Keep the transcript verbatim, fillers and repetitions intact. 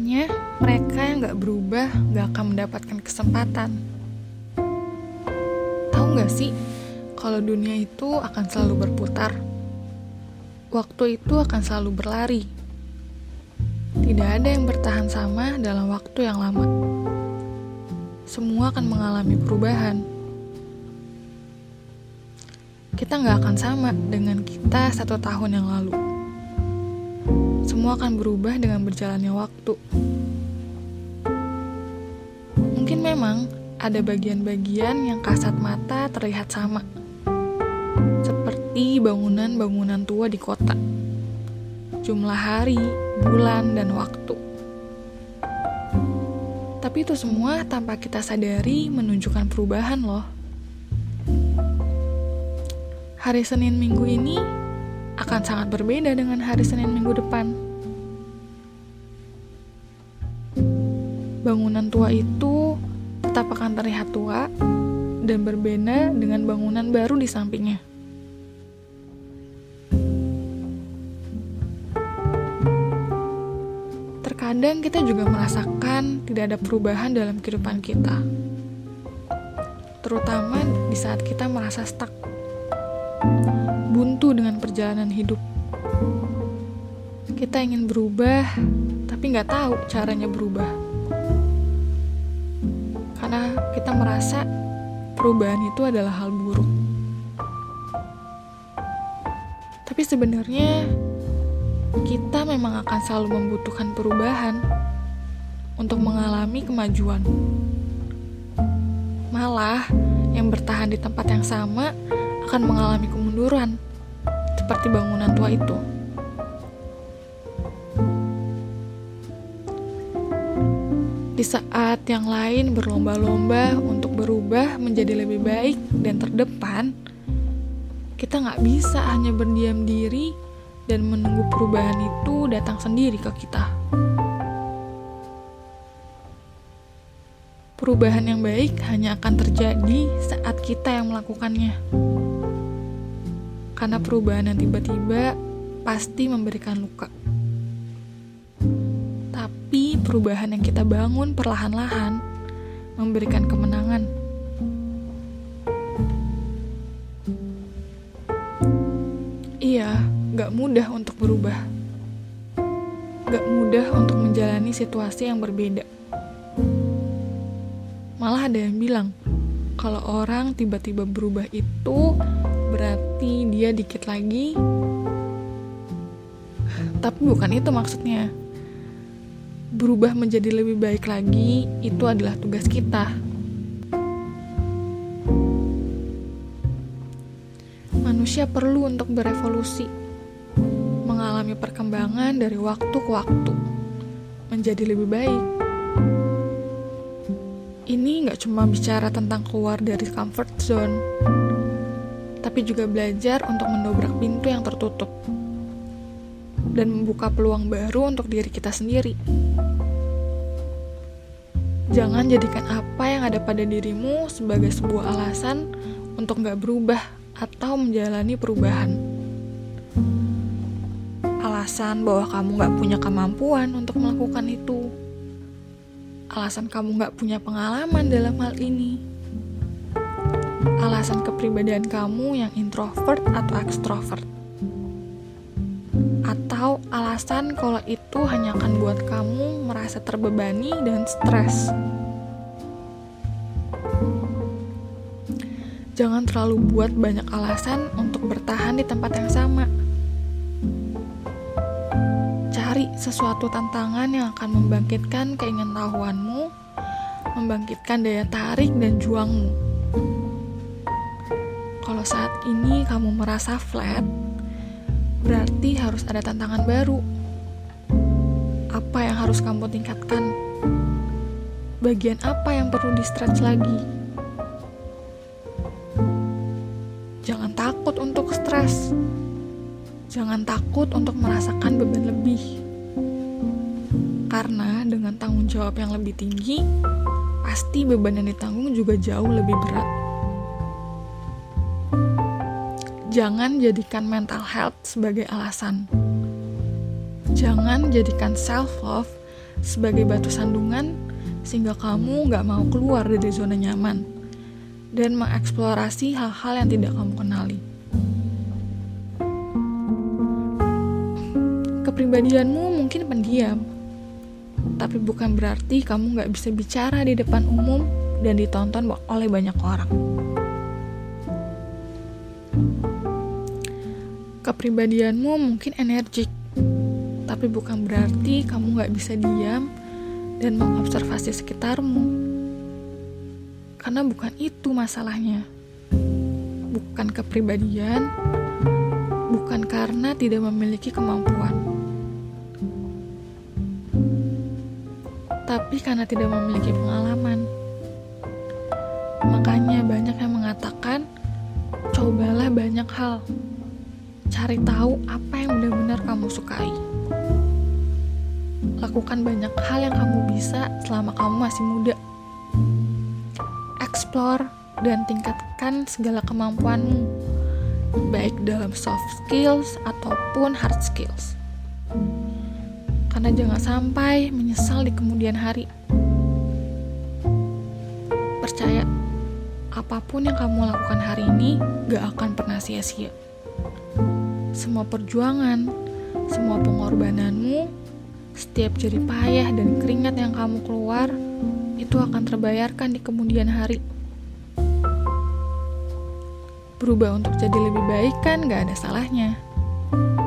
Katanya mereka yang gak berubah gak akan mendapatkan kesempatan. Tahu gak sih kalau dunia itu akan selalu berputar? Waktu itu akan selalu berlari. Tidak ada yang bertahan sama dalam waktu yang lama. Semua akan mengalami perubahan. Kita gak akan sama dengan kita satu tahun yang lalu. Semua akan berubah dengan berjalannya waktu. Mungkin memang ada bagian-bagian yang kasat mata terlihat sama, seperti bangunan-bangunan tua di kota, jumlah hari, bulan, dan waktu. Tapi itu semua tanpa kita sadari menunjukkan perubahan loh. Hari Senin minggu ini akan sangat berbeda dengan hari Senin minggu depan. Bangunan tua itu tetap akan terlihat tua dan berbeda dengan bangunan baru di sampingnya. Terkadang kita juga merasakan tidak ada perubahan dalam kehidupan kita, terutama di saat kita merasa stuck, buntu dengan perjalanan hidup. Kita ingin berubah, tapi nggak tahu caranya berubah. Karena kita merasa perubahan itu adalah hal buruk. Tapi sebenarnya kita memang akan selalu membutuhkan perubahan untuk mengalami kemajuan. Malah, yang bertahan di tempat yang sama akan mengalami kemunduran, seperti bangunan tua itu. Di saat yang lain berlomba-lomba untuk berubah menjadi lebih baik dan terdepan, kita nggak bisa hanya berdiam diri dan menunggu perubahan itu datang sendiri ke kita. Perubahan yang baik hanya akan terjadi saat kita yang melakukannya. Karena perubahan yang tiba-tiba pasti memberikan luka. Tapi perubahan yang kita bangun perlahan-lahan memberikan kemenangan. Iya, gak mudah untuk berubah. Gak mudah untuk menjalani situasi yang berbeda. Malah ada yang bilang, kalau orang tiba-tiba berubah itu berarti dia dikit lagi. Tapi bukan itu maksudnya. Berubah menjadi lebih baik lagi, itu adalah tugas kita. Manusia perlu untuk berevolusi, mengalami perkembangan dari waktu ke waktu, menjadi lebih baik. Ini gak cuma bicara tentang keluar dari comfort zone, tapi juga belajar untuk mendobrak pintu yang tertutup dan membuka peluang baru untuk diri kita sendiri. Jangan jadikan apa yang ada pada dirimu sebagai sebuah alasan untuk gak berubah atau menjalani perubahan. Alasan bahwa kamu gak punya kemampuan untuk melakukan itu. Alasan kamu gak punya pengalaman dalam hal ini. Alasan kepribadian kamu yang introvert atau extrovert. Atau alasan kalau itu hanya akan buat kamu merasa terbebani dan stres. Jangan terlalu buat banyak alasan untuk bertahan di tempat yang sama. Cari sesuatu tantangan yang akan membangkitkan keingintahuanmu, membangkitkan daya tarik dan juangmu. Kalau saat ini kamu merasa flat, berarti harus ada tantangan baru. Apa yang harus kamu tingkatkan? Bagian apa yang perlu di-stretch lagi? Jangan takut untuk stres. Jangan takut untuk merasakan beban lebih. Karena dengan tanggung jawab yang lebih tinggi, pasti beban yang ditanggung juga jauh lebih berat. Jangan jadikan mental health sebagai alasan. Jangan jadikan self-love sebagai batu sandungan sehingga kamu gak mau keluar dari zona nyaman dan mengeksplorasi hal-hal yang tidak kamu kenali. Kepribadianmu mungkin pendiam, tapi bukan berarti kamu gak bisa bicara di depan umum dan ditonton oleh banyak orang. Kepribadianmu mungkin energik, tapi bukan berarti kamu gak bisa diam dan mengobservasi sekitarmu. Karena bukan itu masalahnya. Bukan kepribadian, bukan karena tidak memiliki kemampuan, tapi karena tidak memiliki pengalaman. Makanya banyak yang mengatakan, cobalah banyak hal. Cari tahu apa yang benar-benar kamu sukai. Lakukan banyak hal yang kamu bisa selama kamu masih muda. Explore dan tingkatkan segala kemampuanmu, baik dalam soft skills ataupun hard skills. Karena jangan sampai menyesal di kemudian hari. Percaya, apapun yang kamu lakukan hari ini gak akan pernah sia-sia. Semua perjuangan, semua pengorbananmu, setiap jerih payah dan keringat yang kamu keluar, itu akan terbayarkan di kemudian hari. Berubah untuk jadi lebih baik kan gak ada salahnya.